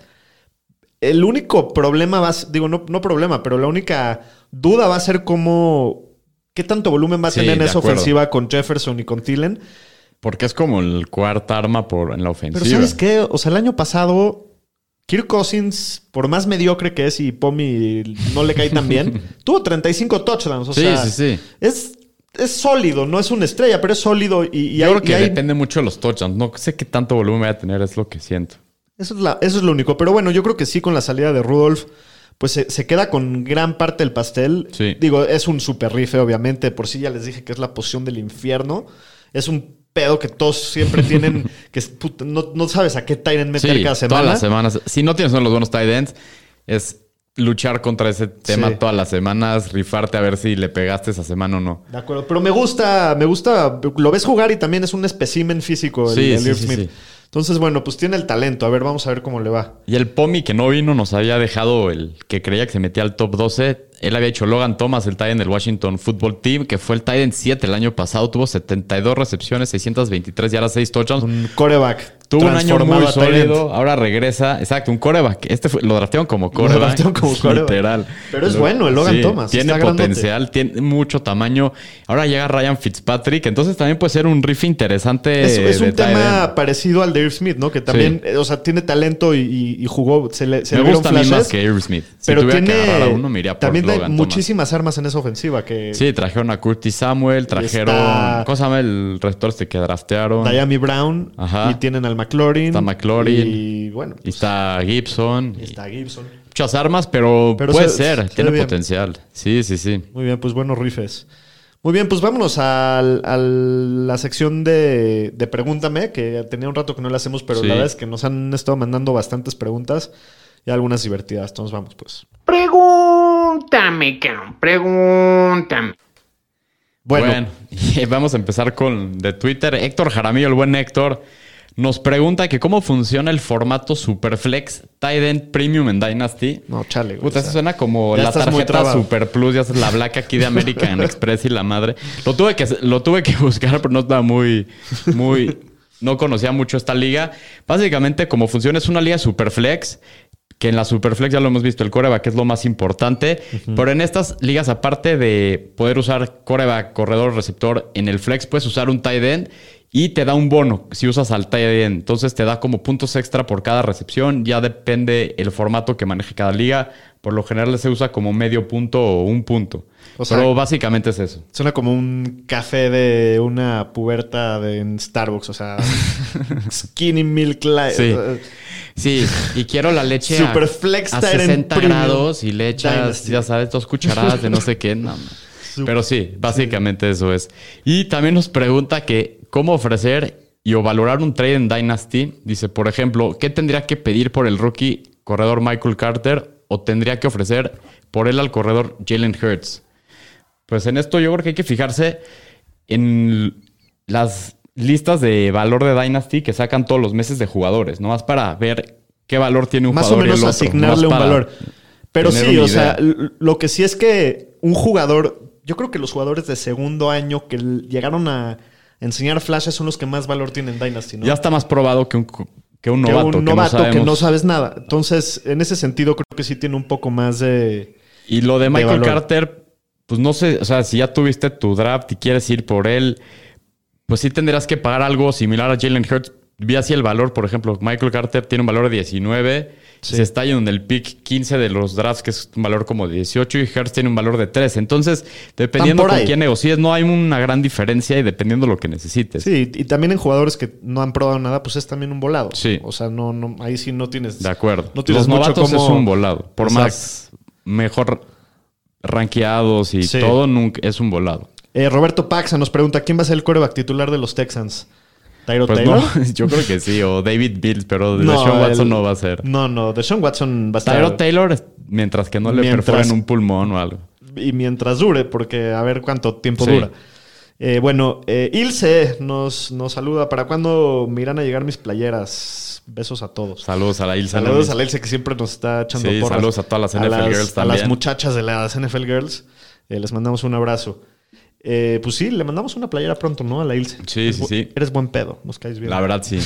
El único problema va a ser, digo, no, no problema, pero la única duda va a ser cómo, qué tanto volumen va a Sí, tener en de esa acuerdo. ofensiva con Jefferson y con Thielen. Porque es como el cuarta arma por, en la Pero ofensiva. ¿sabes qué? O sea, el año pasado, Kirk Cousins, por más mediocre que es y Pomi no le cae tan bien, tuvo treinta y cinco touchdowns. O Sí, sea, sí, sí. Es, es sólido, no es una estrella, pero es sólido. Y, y Yo hay, creo que y hay- depende mucho de los touchdowns. No sé qué tanto volumen va a tener, es lo que siento. Eso es, la- eso es lo único. Pero bueno, yo creo que sí, con la salida de Rudolph, pues se, se queda con gran parte del pastel. Sí. Digo, es un super rife, obviamente. Por sí ya les dije que es la posición del infierno. Es un pedo que todos siempre tienen, que es, puta, no, no sabes a qué Tyrant meter Sí, cada semana. todas las semanas. Si no tienes uno de los buenos tight ends, es luchar contra ese tema Sí. todas las semanas, rifarte a ver si le pegaste esa semana o no. De acuerdo, pero me gusta, me gusta, lo ves jugar y también es un espécimen físico el, Sí, el sí, Irv sí, Smith. sí. Entonces, bueno, pues tiene el talento. A ver, vamos a ver cómo le va. Y el Pomi que no vino nos había dejado el que creía que se metía al top doce. Él había hecho Logan Thomas, el tight end del Washington Football Team, que fue el tight end siete el año pasado. Tuvo setenta y dos recepciones, seiscientos veintitrés yardas, seis touchdowns. Un coreback. Tuvo un año transformado muy a tight end. sólido. Ahora regresa. Exacto, un coreback. Este fue- lo draftearon como Lo coreback. draftearon como coreback. Literal. Pero es bueno el Logan Thomas, Tiene está grandote. potencial, tiene mucho tamaño. Ahora llega Ryan Fitzpatrick. Entonces también puede ser un riff interesante. Es, es de un tight tema end. parecido al de Irv Smith, ¿no? Que también, eh, o sea, tiene talento y, y- y jugó, se le, se Me le vieron gusta a mí flashes, más que Irv Smith. Si pero tuviera tiene que agarrar a uno, me iría por también hay Logan Thomas. muchísimas armas en esa ofensiva que Sí, trajeron a Curtis Samuel, trajeron... está- ¿Cómo se llama el receptor este que draftearon? Diami Brown Ajá. y tienen al McLaurin. Está McLaurin. Y bueno, Y pues, está Gibson. y está Gibson. muchas armas, pero, Pero puede se- ser. se Tiene ve bien. potencial. Sí, sí, sí. Muy bien, pues buenos rifes. Muy bien, pues vámonos al- a la sección de, de Pregúntame, que tenía un rato que no la hacemos, pero Sí. la verdad es que nos han estado mandando bastantes preguntas y algunas divertidas. Entonces vamos, pues. Pregúntame, cabrón, pregúntame. Bueno, Bueno, y vamos a empezar con de Twitter. Héctor Jaramillo, el buen Héctor, nos pregunta que cómo funciona el formato Superflex Tight End Premium en Dynasty. no, chale, güey. Puta, o eso sea, suena como ya la estás muy tarjeta trabado. Super Plus, ya es la Black aquí de American Express y la madre. Lo tuve que, lo tuve que buscar, pero no estaba muy, muy, no conocía mucho esta liga. Básicamente, como funciona, es una liga Superflex, que en la Superflex ya lo hemos visto, el coreback que es lo más importante. Pero en estas ligas, aparte de poder usar coreback, corredor, receptor, en el flex puedes usar un tight end. Y te da un bono si usas al tight end. Entonces te da como puntos extra por cada recepción. Ya depende el formato que maneje cada liga. Por lo general se usa como medio punto o un punto. O sea, pero básicamente es eso. Suena como un café de una puberta de, en Starbucks. O sea, skinny milk light. Sí. Sí, y quiero la leche a, Super flex a Tyrant sesenta Premium grados y le echas, Dynasty. ya sabes, dos cucharadas de no sé qué. No, no. Pero sí, básicamente eso es. Y también nos pregunta que cómo ofrecer y o valorar un trade en Dynasty. Dice, por ejemplo, ¿qué tendría que pedir por el rookie corredor Michael Carter o tendría que ofrecer por él al corredor Jalen Hurts? Pues en esto yo creo que hay que fijarse en las listas de valor de Dynasty que sacan todos los meses de jugadores, nomás para ver qué valor tiene un Más o jugador y menos el otro, asignarle nomás un para valor. Pero tener sí, una o sea, idea. l- lo que sí es que un jugador, yo creo que los jugadores de segundo año que l- llegaron a enseñar flashes son los que más valor tienen en Dynasty, ¿no? Ya está más probado que un, que un que novato. un novato que, que, no no sabemos. sabes nada. Entonces, en ese sentido, creo que sí tiene un poco más de... Y lo de Michael valor. Carter, pues no sé, o sea, si ya tuviste tu draft y quieres ir por él, pues sí tendrás que pagar algo similar a Jalen Hurts. Vi así el valor, por ejemplo, Michael Carter tiene un valor de diecinueve, Sí. se está yendo en el pick quince de los drafts, que es un valor como de dieciocho, y Hurts tiene un valor de trece. Entonces, dependiendo por con ahí. quién negocies, no hay una gran diferencia y dependiendo lo que necesites. Sí, y también en jugadores que no han probado nada, pues es también un volado. Sí. O sea, no, no, ahí sí no tienes... De acuerdo. No tienes Los mucho novatos como- es un volado. Por Exacto. más mejor rankeados y Sí. todo, nunca es un volado. Eh, Roberto Paxa nos pregunta, ¿quién va a ser el quarterback titular de los Texans? ¿Tyro Pues Taylor? no, yo creo que sí. O David Bills, pero No, Deshaun Watson el- no va a ser. No, no, Deshaun Watson va a estar... Tyro Taylor, mientras que no le Mientras- perforen un pulmón o algo. Y mientras dure, porque a ver cuánto tiempo Sí. dura. Eh, bueno, eh, Ilse nos, nos saluda. ¿Para cuándo me irán a llegar mis playeras? Besos a todos. Saludos a la Ilse. Saludos a la Ilse que siempre nos está echando Sí, porras. saludos a todas las N F L Girls A también. las muchachas de las N F L Girls. Eh, les mandamos un abrazo. Eh, pues sí, le mandamos una playera pronto, ¿no? A la Ilse. Sí, Eres sí, bu- sí. Eres buen pedo, nos caes bien. La verdad, sí.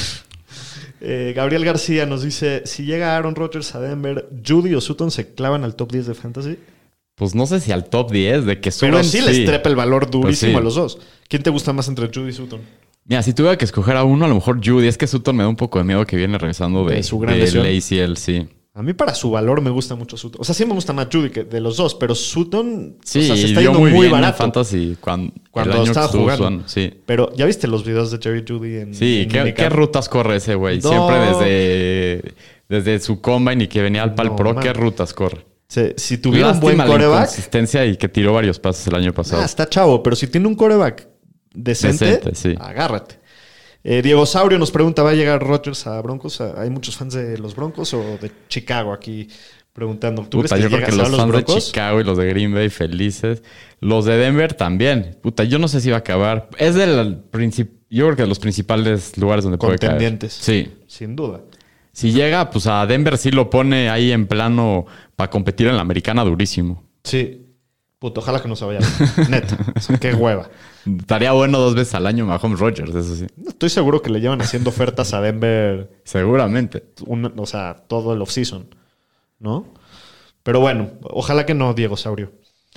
Eh, Gabriel García nos dice, si llega Aaron Rodgers a Denver, ¿Judy o Sutton se clavan al top diez de Fantasy? Pues no sé si al top diez de que suben. Pero sí, les trepa el valor durísimo Pues sí. a los dos. ¿Quién te gusta más entre Judy y Sutton? Mira, si tuviera que escoger a uno, a lo mejor Judy. Es que Sutton me da un poco de miedo que viene regresando de, De su gran del lesión. A C L, sí. A mí para su valor me gusta mucho Sutton. O sea, sí me gusta más Judy que de los dos, pero Sutton Sí, o sea, se y está dio yendo muy, muy, bien en barato. Fantasy cuando, Cuando el año estaba que estuvo jugando. usando, sí. Pero ¿ya viste los videos de Jerry Judy en Sí, en ¿qué, Minicamp? qué rutas corre ese güey? No. Siempre desde, desde su combine y que venía al Pal No, Pro, man. ¿qué rutas corre? Sí, si tuviera un buen Lástima la coreback, inconsistencia y que tiró varios pases el año pasado. ah, está chavo, pero si tiene un coreback decente, Decente, sí. agárrate. Eh, Diego Saurio nos pregunta, ¿va a llegar Rodgers a Broncos? ¿Hay muchos fans de los Broncos o de Chicago aquí preguntando? ¿Tú Puta, crees yo que creo que llega a los los fans de Broncos? Chicago y los de Green Bay felices. Los de Denver también. Puta, yo no sé si va a acabar. Es del princip- yo creo que de los principales lugares donde puede caer. Contendientes. Sí. Sin duda. Si llega, pues a Denver sí lo pone ahí en plano para competir en la americana durísimo. Sí. Puto, ojalá que no se vaya. Neta. O sea, qué hueva. Estaría bueno dos veces al año Mahomes Rodgers, eso sí. Estoy seguro que le llevan haciendo ofertas a Denver, Seguramente. una- o sea, todo el offseason, ¿no? Pero bueno, ojalá que no, Diego Saurio.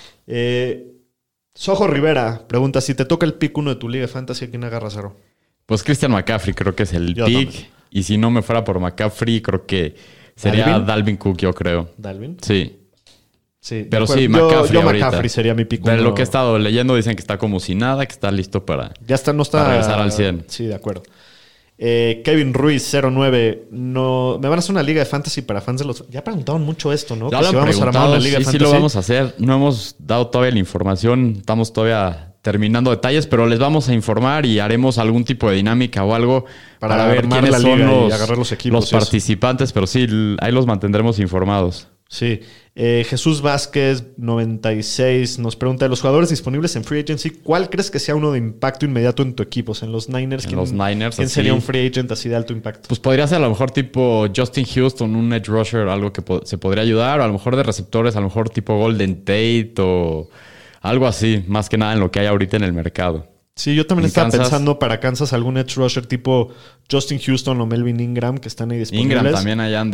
Eh, Sojo Rivera pregunta, si te toca el pick uno de tu liga de fantasy, ¿a quién agarras, Aro? Pues Christian McCaffrey creo que es el Yo pick. también. Y si no me fuera por McCaffrey, creo que sería ¿Dalvin? Dalvin Cook, yo creo. ¿Dalvin? Sí. Sí, de Pero acuerdo. sí, Yo- McCaffrey Yo, ahorita. McCaffrey sería mi pick De uno. lo que he estado leyendo, dicen que está como si nada, que está listo para... Ya está, no está... Para regresar al cien. Sí, de acuerdo. Eh, Kevin Ruiz, cero nueve. No, me van a hacer una liga de fantasy para fans de los... Ya preguntaron mucho esto, ¿no? Ya Que lo si han vamos a armar preguntado, una liga sí, de sí fantasy. lo vamos a hacer. No hemos dado todavía la información, estamos todavía terminando detalles, pero les vamos a informar y haremos algún tipo de dinámica o algo Para para, ver armar quiénes la son liga y los, agarrar los equipos los y eso. participantes, pero sí, l- ahí los mantendremos informados. Sí. Eh, Jesús Vázquez, noventa y seis, nos pregunta, de los jugadores disponibles en Free Agency, ¿cuál crees que sea uno de impacto inmediato en tu equipo? O sea, en los Niners, En ¿quién, los Niners, ¿quién así. sería un free agent así de alto impacto? Pues podría ser a lo mejor tipo Justin Houston, un edge rusher, algo que po- se podría ayudar, o a lo mejor de receptores, a lo mejor tipo Golden Tate o algo así, más que nada en lo que hay ahorita en el mercado. Sí, yo también en estaba Kansas. pensando para Kansas algún edge rusher tipo Justin Houston o Melvin Ingram que están ahí disponibles. Ingram también ahí anda.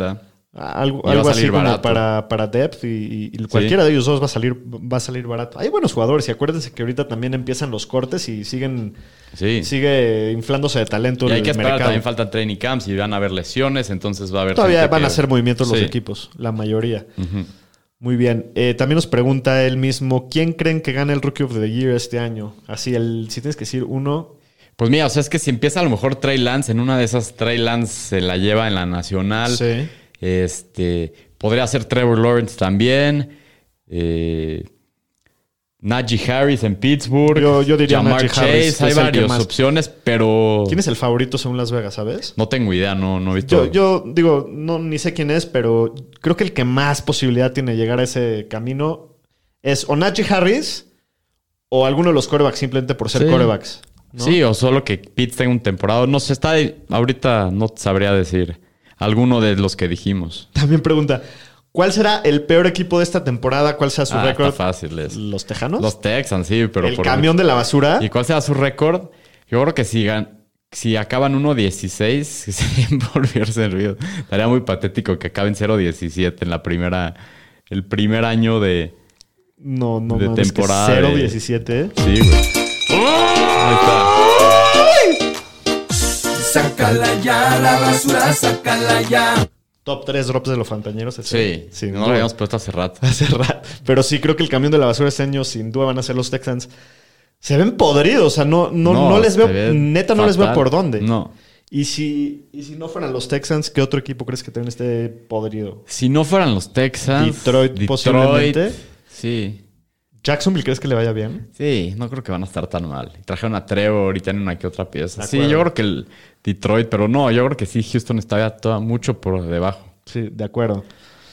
Algo, Y va a algo así salir como barato. para, para depth y, y cualquiera de ellos dos va a salir va a salir barato. Hay buenos jugadores y acuérdense que ahorita también empiezan los cortes y siguen Sí. sigue inflándose de talento Y hay el que esperar, mercado. también faltan training camps y van a haber lesiones, entonces va a haber Todavía gente van que- a hacer movimientos los Sí. equipos, la mayoría. Ujú. Muy bien. Eh, también nos pregunta él mismo, ¿quién creen que gane el Rookie of the Year este año? Así, el, si tienes que decir uno, Pues mira, o sea, es que si empieza a lo mejor Trey Lance, en una de esas Trey Lance se la lleva en la nacional. sí. Este, podría ser Trevor Lawrence también. Eh, Najee Harris en Pittsburgh. Yo- yo diría Jamar Najee Chase. Harris, Hay es el que varias más- opciones, pero ¿Quién es el favorito según Las Vegas, sabes? no tengo idea, no, no he visto. Yo, yo digo, no ni sé quién es, pero creo que el que más posibilidad tiene de llegar a ese camino es o Najee Harris o alguno de los quarterbacks simplemente por ser Sí. quarterbacks. ¿no? Sí, o solo que Pitts tenga un temporada. No sé, está ahí- ahorita no sabría decir alguno de los que dijimos. También pregunta, ¿cuál será el peor equipo de esta temporada? ¿Cuál sea su Ah, récord? está fácil. es. ¿Los Tejanos? Los Texans, sí, pero ¿El por camión de la basura? ¿Y cuál será su récord? Yo creo que si, gan- si acaban uno dieciséis, sería volver servido. Estaría muy patético que acaben cero diecisiete en la primera, el primer año de... No, no de mames, que temporada cero de- diecisiete. Sí, güey. Ahí está. Sácala ya, la basura, sácala ya. Top tres drops de los fantañeros. Sí, sin no duda. lo habíamos puesto hace rato. Hace rato. Pero sí, creo que el camión de la basura este año sin duda van a ser los Texans. Se ven podridos, o sea, no, no, no, les veo, se ve neta no les veo fatal. por dónde. No. Y si, y si no fueran los Texans, ¿qué otro equipo crees que también esté podrido? Si no fueran los Texans... Detroit, posiblemente. Sí. ¿Jacksonville crees que le vaya bien? Sí, no creo que van a estar tan mal. Trajeron a Trevor y tienen una que otra pieza. De Sí, acuerdo. yo creo que el Detroit, pero no, yo creo que sí, Houston está toda mucho por debajo. Sí, de acuerdo.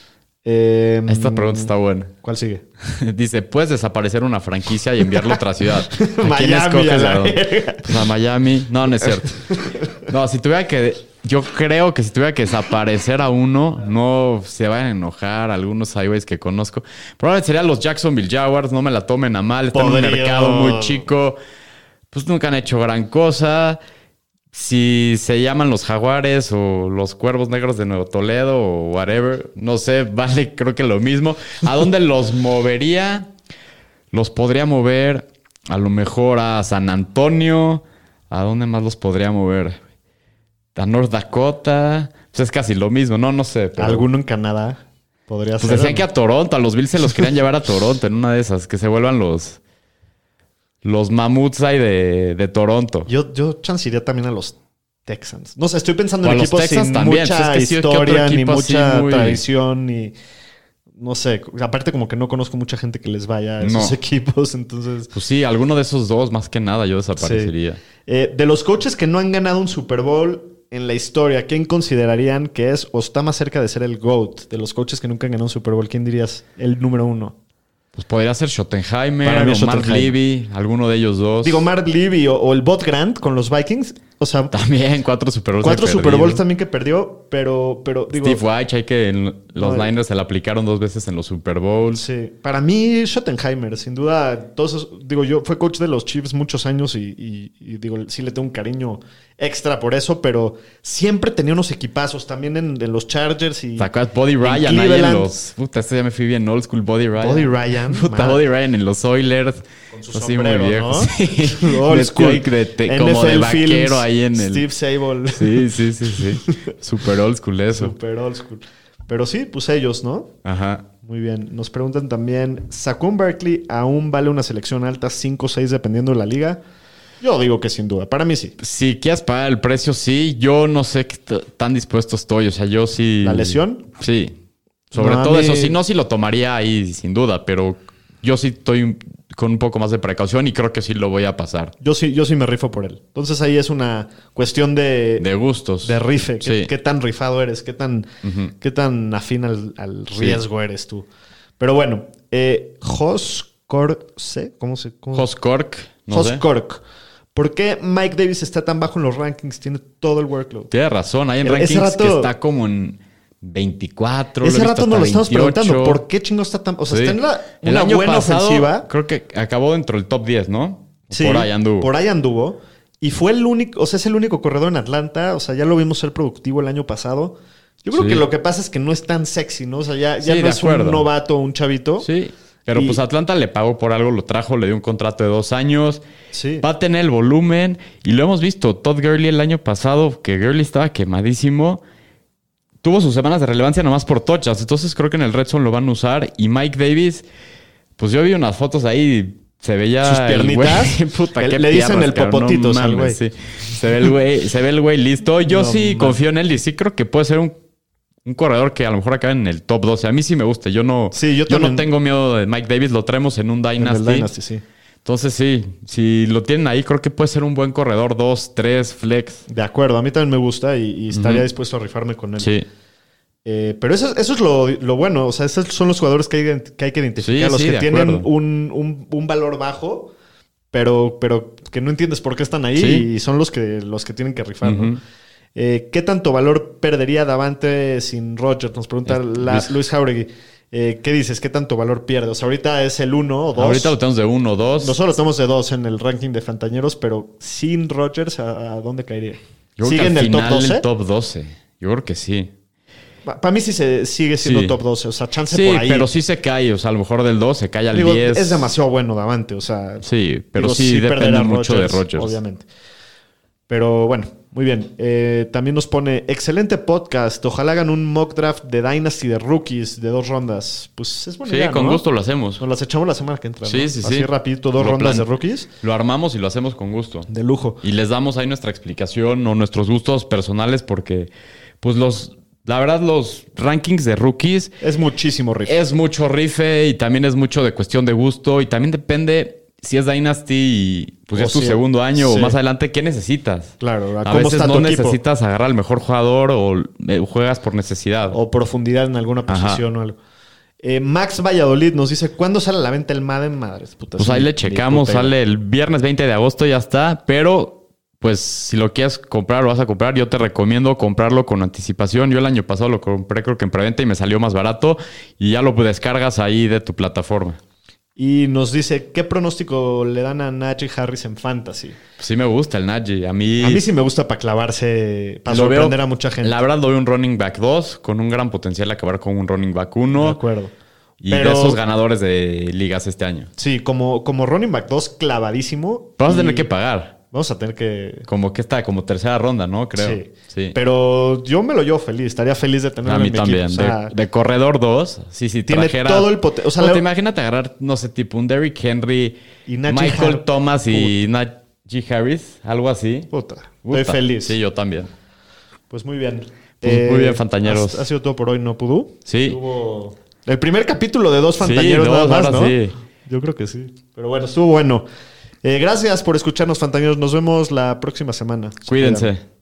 Eh, Esta pregunta está buena. ¿Cuál sigue? Dice, ¿puedes desaparecer una franquicia y enviarlo a otra ciudad? ¿A quién Miami, escoges, a la Aaron? verga. Pues a Miami. No, no es cierto. No, si tuviera que... Yo creo que si tuviera que desaparecer a uno, no se vayan a enojar algunos highways que conozco. Probablemente serían los Jacksonville Jaguars. No me la tomen a mal. Están en un Podrido. mercado muy chico. Pues nunca han hecho gran cosa. Si se llaman los Jaguares o los Cuervos Negros de Nuevo Toledo o whatever, no sé, vale, creo que lo mismo. ¿A dónde los movería? Los podría mover a lo mejor a San Antonio. ¿A dónde más los podría mover? A North Dakota. Pues es casi lo mismo, no, no sé. Pero... ¿Alguno en Canadá podría Pues ser? decían ¿no? que a Toronto, a los Bills se los querían llevar a Toronto en una de esas, que se vuelvan los los mamuts ahí de, de Toronto. Yo, yo chancearía también a los Texans. No sé, estoy pensando O en a los equipos Texans sin también, mucha pues es que sí, ¿qué otro historia, ni equipo así mucha muy- tradición, ni... No sé, aparte como que no conozco mucha gente que les vaya a esos No. equipos, entonces... Pues sí, alguno de esos dos, más que nada, yo desaparecería. Sí. Eh, de los coaches que no han ganado un Super Bowl en la historia, ¿quién considerarían que es o está más cerca de ser el GOAT? De los coaches que nunca han ganado un Super Bowl, ¿quién dirías el número uno? Pues podría ser Schottenheimer Para mí es o Mark Schottenheimer. Levy, alguno de ellos dos. Digo, Mark Levy o, o el Bot Grant con los Vikings. O sea, También cuatro Super Bowls. cuatro he Super perdido. Bowls también que perdió, pero, pero digo... Steve White, hay que en los No, Niners se la aplicaron dos veces en los Super Bowls. Sí, para mí Schottenheimer, sin duda, todos esos- digo, yo fui coach de los Chiefs muchos años y, y- y digo, sí le tengo un cariño extra por eso, pero siempre tenía unos equipazos también en, en los Chargers y ¿Te acuerdas? Body en Ryan ahí en Cleveland. los... Puta, este ya me fui bien old school, Body Ryan. Body Ryan, Puta, man. Body Ryan en los Oilers. Con su Así sombrero, muy viejo. ¿no? Sí. Old De- school. de- de- como de N F L vaquero Films, ahí en el... Steve Sable. Sí, sí, sí, sí. Super old school eso. Super old school. Pero sí, pues ellos, ¿no? Ajá. Muy bien. Nos preguntan también, ¿Saquon Barkley aún vale una selección alta cinco o seis dependiendo de la liga? Yo digo que sin duda. Para mí sí. Si quieres pagar el precio, sí. Yo no sé qué t- tan dispuesto estoy. O sea, yo sí... ¿La lesión? Sí. Sobre No, a todo mí- eso. Si no, sí lo tomaría ahí sin duda. Pero yo sí estoy un- con un poco más de precaución y creo que sí lo voy a pasar. Yo sí, yo sí me rifo por él. Entonces ahí es una cuestión de, De gustos. de rife. ¿Qué, Sí. qué tan rifado eres? ¿Qué tan, Ujú. qué tan afín al, al riesgo eres tú? Pero bueno, eh, Hoscorce, ¿cómo se cómo? Jos Cork. No sé. Hoscorc. ¿Por qué Mike Davis está tan bajo en los rankings? Tiene todo el workload. Tienes razón. Hay en Ese rankings rato- que está como en veinticuatro. lo he Ese visto rato hasta nos lo estamos veintiocho. preguntando. ¿Por qué chingo está tan...? O sea, Sí. está en la, El una año buena pasado, ofensiva. creo que acabó dentro del top diez, ¿no? Sí, Por ahí anduvo. Por ahí anduvo. Y fue el único, o sea, es el único corredor en Atlanta. O sea, ya lo vimos ser productivo el año pasado. Yo creo Sí. que lo que pasa es que no es tan sexy, ¿no? O sea, ya, ya Sí, no de es acuerdo. un novato, un chavito. Sí. Pero Y- pues Atlanta le pagó por algo, lo trajo, le dio un contrato de dos años. Sí. Va a tener el volumen. Y lo hemos visto. Todd Gurley el año pasado, que Gurley estaba quemadísimo, tuvo sus semanas de relevancia nomás por touchdowns. Entonces creo que en el Red Zone lo van a usar. Y Mike Davis, pues yo vi unas fotos ahí. Se veía Sus el piernitas. güey. Puta, El- qué le dicen piernas, el cabrón, popotitos no al güey. mames, sí. Se ve el güey, se ve el güey listo. Yo No sí mames. confío en él y sí creo que puede ser un, un corredor que a lo mejor acabe en el top doce. A mí sí me gusta. Yo no, Sí, yo yo no también. tengo miedo de Mike Davis. Lo traemos en un En Dynasty. el Dynasty, sí. Entonces sí, si lo tienen ahí, creo que puede ser un buen corredor. Dos, tres, flex. De acuerdo, a mí también me gusta y, y estaría Ujú. dispuesto a rifarme con él. Sí. Eh, pero eso, eso es lo, lo bueno. O sea, esos son los jugadores que hay, que hay que identificar. Sí, los sí, que de tienen acuerdo. un, un- un valor bajo, pero, pero que no entiendes por qué están ahí Sí. y son los que, los que tienen que rifar, ¿no? Ujú. Eh, ¿Qué tanto valor perdería Davante sin Rodgers? Nos pregunta Este, la- Luis- Luis Jauregui. Eh, ¿Qué dices? ¿Qué tanto valor pierde? O sea, ahorita es el uno o dos. Ahorita lo tenemos de uno, dos. Nosotros estamos de dos en el ranking de Fantañeros, pero sin Rodgers, ¿a, a dónde caería? Yo creo ¿Sigue que en al el top final doce? el top doce. Yo creo que sí. Para mí sí se sigue siendo Sí. top doce. O sea, chance Sí, por ahí. pero sí se cae. O sea, a lo mejor del dos se cae al Digo, diez. es demasiado bueno Davante. O sea, Sí, pero digo, sí, perderá depende a mucho Rodgers, de Rodgers. Obviamente. Pero bueno, muy bien. Eh, también nos pone, excelente podcast. Ojalá hagan un mock draft de Dynasty de rookies de dos rondas. Pues es buena Sí, idea, con ¿no? gusto lo hacemos. Nos las echamos la semana que entra, Sí, ¿no? sí, Así sí. rapidito, dos Lo rondas plan- de rookies. Lo armamos y lo hacemos con gusto. De lujo. Y les damos ahí nuestra explicación o nuestros gustos personales porque, pues los, la verdad, los rankings de rookies Es muchísimo riff. es mucho rife y también es mucho de cuestión de gusto y también depende si es Dynasty y pues ya O es tu si- segundo año sí. o más adelante, ¿qué necesitas? Claro, ¿a A cómo veces está no tu equipo? necesitas agarrar al mejor jugador o eh, juegas por necesidad. O profundidad en alguna Ajá. posición o algo. Eh, Max Valladolid nos dice, ¿cuándo sale a la venta el Madden? Madres, puta. Pues sí, ahí le ni checamos, puta idea. sale el viernes veinte de agosto, ya está, pero pues si lo quieres comprar, lo vas a comprar, yo te recomiendo comprarlo con anticipación. Yo el año pasado lo compré creo que en preventa y me salió más barato y ya lo descargas ahí de tu plataforma. Y nos dice, ¿qué pronóstico le dan a Najee Harris en Fantasy? Pues sí me gusta el Najee, a mí... A mí sí me gusta para clavarse, para lo veo- sorprender a mucha gente. La verdad lo veo un running back dos con un gran potencial de acabar con un running back uno. De acuerdo. Y Pero- de esos ganadores de ligas este año. Sí, como, como running back dos clavadísimo. Vas a y tener que pagar. Vamos a tener que... Como que está como tercera ronda, ¿no? Creo. Sí. Sí. Pero yo me lo llevo feliz. Estaría feliz de tenerlo A mí en mi también. equipo. O sea, de, de corredor dos. Sí, sí, tiene trajera... todo el poten- o sea, O la- te imagínate agarrar, no sé, tipo un Derrick Henry, Y Najee Michael Har- Thomas y Najee Harris. Algo así. puta, Puta. estoy feliz. Sí, yo también. Pues muy bien. Pues muy bien, Fantañeros. Ha, ha sido todo por hoy, ¿no, Pudú? Sí. Estuvo el primer capítulo de dos Fantañeros Sí, nada dos, más, ahora ¿no? sí. Yo creo que sí. Pero bueno, estuvo bueno. Eh, gracias por escucharnos, Fantañeros. Nos vemos la próxima semana. Se Cuídense. cuidan.